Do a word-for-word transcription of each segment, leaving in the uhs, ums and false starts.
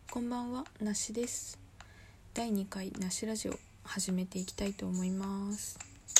こんばんは、なしです。だいにかいなしラジオ始めていきたいと思います。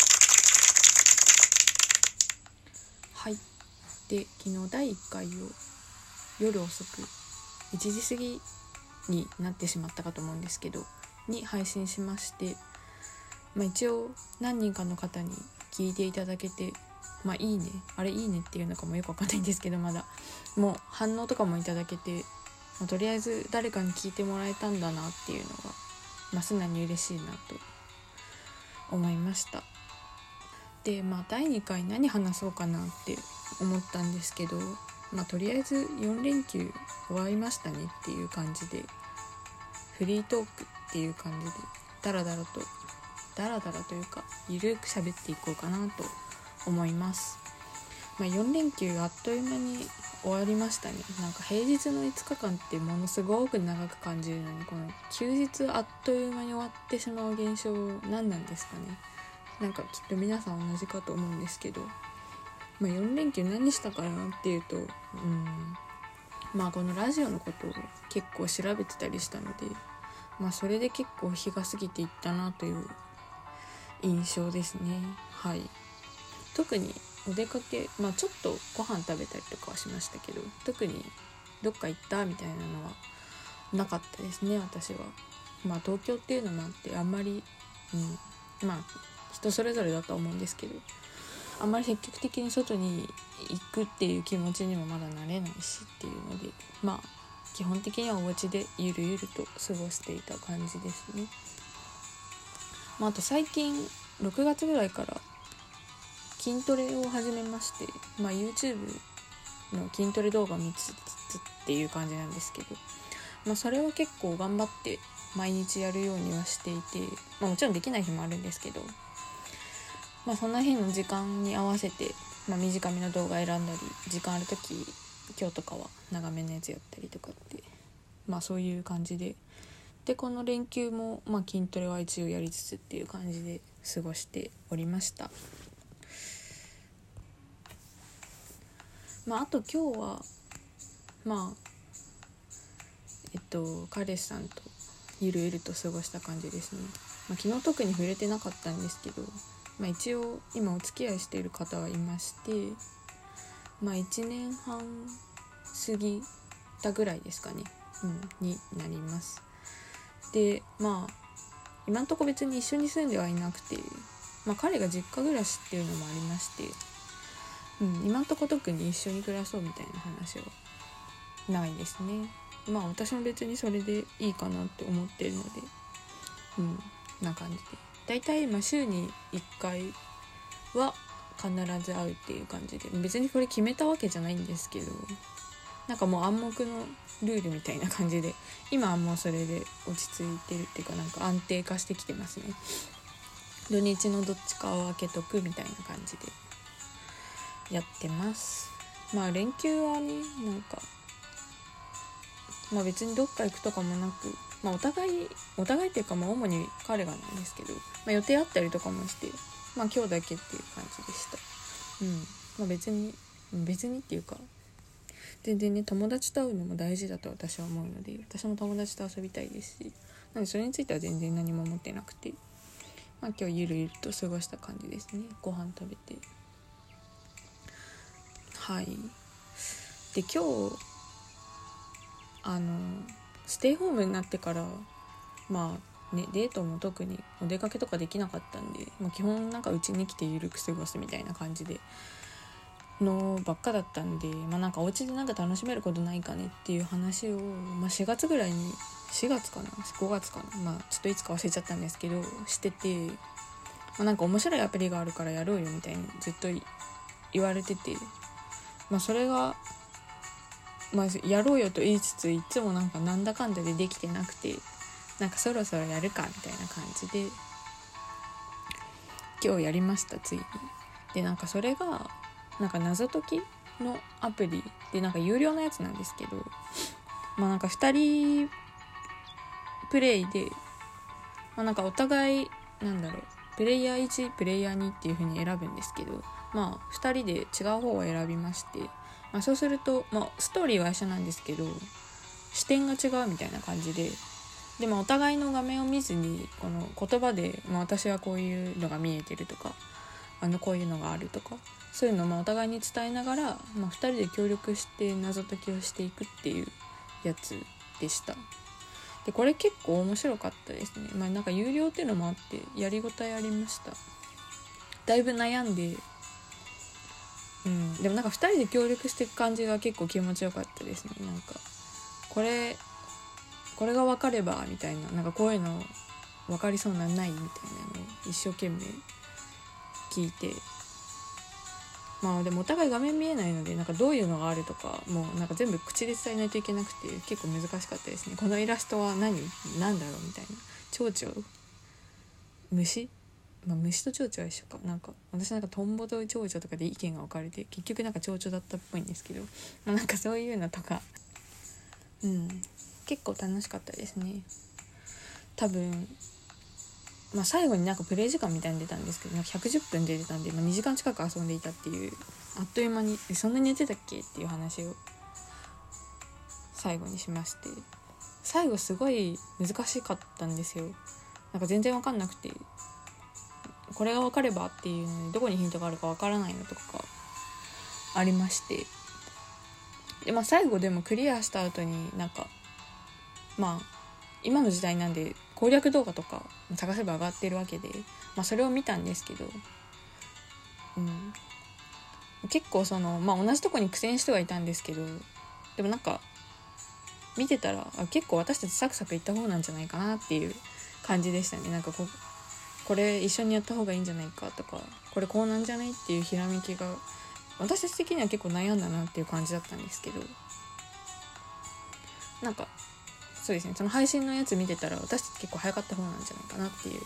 はい。で、昨日だいいっかいを夜遅くいちじ過ぎになってしまったかと思うんですけどに配信しまして、まあ、一応何人かの方に聞いていただけて、まあいいね、あれいいねっていうのかもよくわかんないんですけど、まだもう反応とかもいただけて、まあ、とりあえず誰かに聞いてもらえたんだなっていうのが、まあ、素直に嬉しいなと思いました。で、まあだいにかい何話そうかなって思ったんですけど、まあとりあえずよんれんきゅう終わりましたねっていう感じで、フリートークっていう感じでダラダラとダラダラというかゆるく喋っていこうかなと思います。まあ、よんれんきゅうあっという間に終わりましたね。なんか平日のいつかかんってものすごく長く感じるのに、この休日あっという間に終わってしまう現象何なんですかね。なんかきっと皆さん同じかと思うんですけど、まあ、よんれんきゅう何したかなっていうと、うんまあこのラジオのことを結構調べてたりしたので、まあそれで結構日が過ぎていったなという印象ですね。はい。特にお出かけ、まあちょっとご飯食べたりとかはしましたけど、特にどっか行ったみたいなのはなかったですね、私は。まあ東京っていうのもあってあんまり、うん、まあ人それぞれだと思うんですけど、あんまり積極的に外に行くっていう気持ちにもまだなれないしっていうので、まあ基本的にはお家でゆるゆると過ごしていた感じですね。まああと最近ろくがつぐらいから筋トレを始めまして、まあ、YouTube の筋トレ動画を見つつっていう感じなんですけど、まあ、それは結構頑張って毎日やるようにはしていて、まあ、もちろんできない日もあるんですけど、まあ、そんな日の時間に合わせて、まあ、短めの動画選んだり、時間ある時今日とかは長めのやつやったりとかって、まあそういう感じで、でこの連休も、まあ、筋トレは一応やりつつっていう感じで過ごしておりました。まあ、あと今日はまあえっと彼氏さんとゆるゆると過ごした感じですね。まあ、昨日特に触れてなかったんですけど、まあ、一応今お付き合いしている方はいまして、まあいちねんはん過ぎたぐらいですかね、うん、になります。でまあ今んとこ別に一緒に住んではいなくて、まあ、彼が実家暮らしっていうのもありまして、うん、今んとこ特に一緒に暮らそうみたいな話はないですね。まあ私も別にそれでいいかなって思ってるので、うんな感じで、だいたい今週にいっかいは必ず会うっていう感じで、別にこれ決めたわけじゃないんですけど、なんかもう暗黙のルールみたいな感じで、今はもうそれで落ち着いてるっていうか、なんか安定化してきてますね。土日のどっちかを空けとくみたいな感じでやってます。まあ連休はね、なんかまあ別にどっか行くとかもなく、まあお互いお互いっていうか、まあ主に彼がなんですけど、まあ予定あったりとかもして、まあ今日だけっていう感じでした。うん。まあ別に別にっていうか、全然ね友達と会うのも大事だと私は思うので、私も友達と遊びたいですし、なのでそれについては全然何も思ってなくて、まあ今日ゆるゆると過ごした感じですね。ご飯食べて、はい。で今日あのステイホームになってからまあねデートも特にお出かけとかできなかったんで、まあ、基本なんか家に来てゆるく過ごすみたいな感じでのばっかだったんで、まあなんかお家でなんか楽しめることないかねっていう話を、まあ、しがつぐらいにしがつかなごがつかな、まあちょっといつか忘れちゃったんですけどしてて、まあ、なんか面白いアプリがあるからやろうよみたいにずっと言われてて、まあそれがまあ、やろうよと言いつついつもなんかなんだかんだでできてなくて、なんかそろそろやるかみたいな感じで今日やりました、ついに。でなんかそれがなんか謎解きのアプリで、なんか有料のやつなんですけど、まあなんかふたりプレイで、まあ、なんかお互いなんだろうプレイヤーいちプレイヤーにっていう風に選ぶんですけど、まあふたりで違う方を選びまして、まあ、そうすると、まあ、ストーリーは一緒なんですけど、 視点が違うみたいな感じで、でもお互いの画面を見ずにこの言葉で、まあ、私はこういうのが見えてるとか、あのこういうのがあるとか、そういうのをまあお互いに伝えながら、まあ、ふたりで協力して謎解きをしていくっていうやつでした。でこれ結構面白かったですね。まあなんか有料っていうのもあってやりごたえありました。だいぶ悩んで、うん、でもなんかふたりで協力していく感じが結構気持ちよかったですね。なんかこれこれが分かればみたいな、なんかこういうの分かりそうなんないみたいなのを一生懸命聞いて、まあでもお互い画面見えないので、なんかどういうのがあるとかもうなんか全部口で伝えないといけなくて結構難しかったですね。このイラストは何なんだろうみたいな、蝶々虫、まあ、虫と蝶々は一緒か。なんか私なんかトンボと蝶々とかで意見が分かれて結局なんか蝶々だったっぽいんですけど、まあ、なんかそういうのとか、うん結構楽しかったですね。多分まあ最後になんかプレイ時間みたいに出たんですけど、なんかひゃくじゅっぷんで出たんで、まあ、にじかん近く遊んでいたっていう、あっという間にそんなにやってたっけっていう話を最後にしまして、最後すごい難しかったんですよ。なんか全然分かんなくて、これが分かればっていうのにどこにヒントがあるか分からないのとかがありまして、で、まあ、最後でもクリアした後になんかまあ今の時代なんで攻略動画とか探せば上がってるわけで、まあ、それを見たんですけど、うん、結構その、まあ、同じとこに苦戦してはいたんですけど、でもなんか見てたらあ結構私たちサクサクいった方なんじゃないかなっていう感じでしたね。なんかここれ一緒にやった方がいいんじゃないかとか、これこうなんじゃないっていうひらめきが私たち的には結構悩んだなっていう感じだったんですけど、なんかそうですね、その配信のやつ見てたら私たち結構早かった方なんじゃないかなっていう、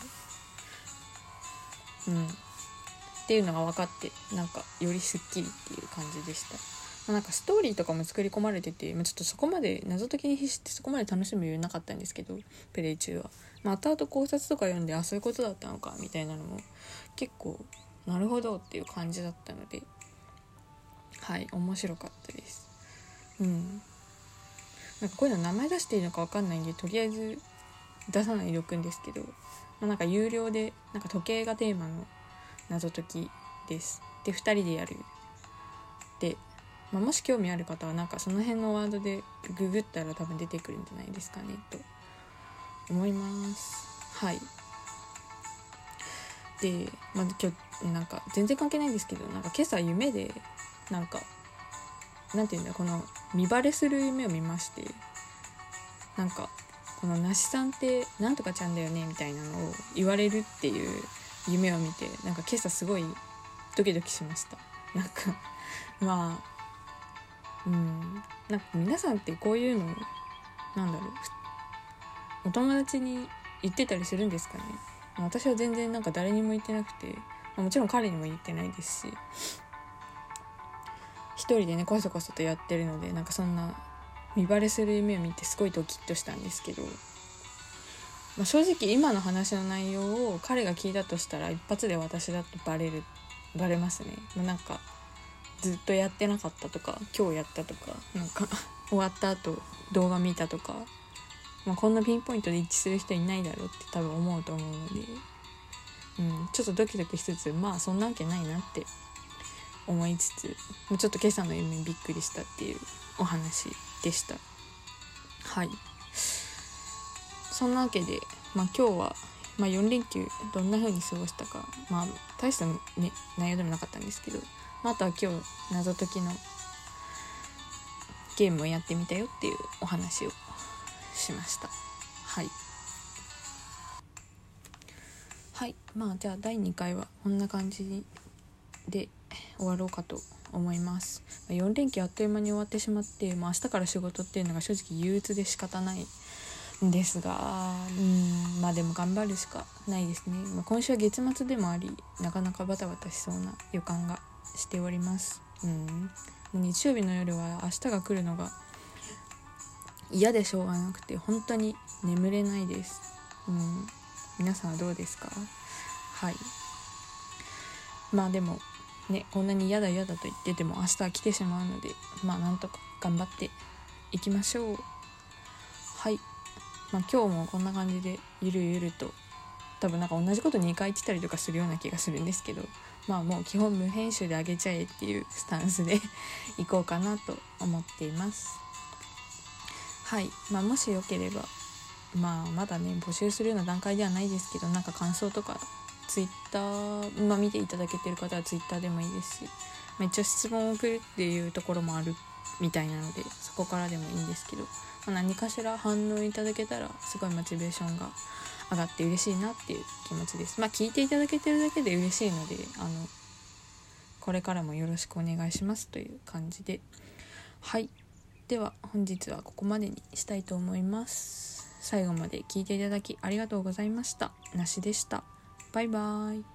うんっていうのが分かって、なんかよりスッキリっていう感じでした。まあ、なんかストーリーとかも作り込まれてて、まあ、ちょっとそこまで謎解きに必死ってそこまで楽しむ余裕なかったんですけど、プレイ中は、まあ、後々考察とか読んで、あそういうことだったのかみたいなのも結構なるほどっていう感じだったので、はい面白かったです。うんなんかこういうの名前出していいのか分かんないんでとりあえず出さないでおくんですけど、まあ、なんか有料でなんか時計がテーマの謎解きです。でふたりでやるで、まあ、もし興味ある方はなんかその辺のワードでググったら多分出てくるんじゃないですかねと思います。はいで、まあ、今日なんか全然関係ないんですけど、なんか今朝夢でなんかなんていうんだこの見バレする夢を見まして、なんかこのなしさんってなんとかちゃんだよねみたいなのを言われるっていう夢を見て、なんか今朝すごいドキドキしました。なんかまあうんなんか皆さんってこういうのなんだろうお友達に言ってたりするんですかね。私は全然なんか誰にも言ってなくて、もちろん彼にも言ってないですし、一人でねこそこそとやってるので、なんかそんな見バレする夢を見てすごいドキッとしたんですけど、まあ、正直今の話の内容を彼が聞いたとしたら一発で私だとバレるバレますね。まあ、なんかずっとやってなかったとか今日やったとかなんか終わった後動画見たとか、まあ、こんなピンポイントで一致する人いないだろうって多分思うと思うので、うん、ちょっとドキドキしつつまあそんなわけないなって思いつつ、ちょっと今朝の夢にびっくりしたっていうお話でした。はいそんなわけで、まあ、今日は、まあ、よん連休どんな風に過ごしたか、まあ大した、ね、内容でもなかったんですけど、まあ、あとは今日謎解きのゲームをやってみたよっていうお話をしました。はいはいまあじゃあだいにかいはこんな感じで終わろうかと思います。よん連休あっという間に終わってしまって、まあ、明日から仕事っていうのが正直憂鬱で仕方ないんですが、うんまあでも頑張るしかないですね。まあ、今週は月末でもありなかなかバタバタしそうな予感がしております。うん日曜日の夜は明日が来るのが嫌でしょうがなくて本当に眠れないです。うん皆さんはどうですか？はいまあでもねこんなに嫌だ嫌だと言ってても明日は来てしまうので、まあなんとか頑張っていきましょう。 はい、まあ、今日もこんな感じでゆるゆると、多分なんか同じことにかい言ってたりとかするような気がするんですけど、まあもう基本無編集であげちゃえっていうスタンスでいこうかなと思っています。はい、まあ、もしよければ、まあまだね募集するような段階ではないですけど、なんか感想とかツイッター、まあ、見ていただけてる方はツイッターでもいいですし、まあ、一応質問を送るっていうところもあるみたいなので、そこからでもいいんですけど、まあ、何かしら反応いただけたらすごいモチベーションが上がって嬉しいなっていう気持ちです。まあ聞いていただけてるだけで嬉しいので、あのこれからもよろしくお願いしますという感じで、はい、では本日はここまでにしたいと思います。最後まで聞いていただきありがとうございました。なしでした。バイバイ。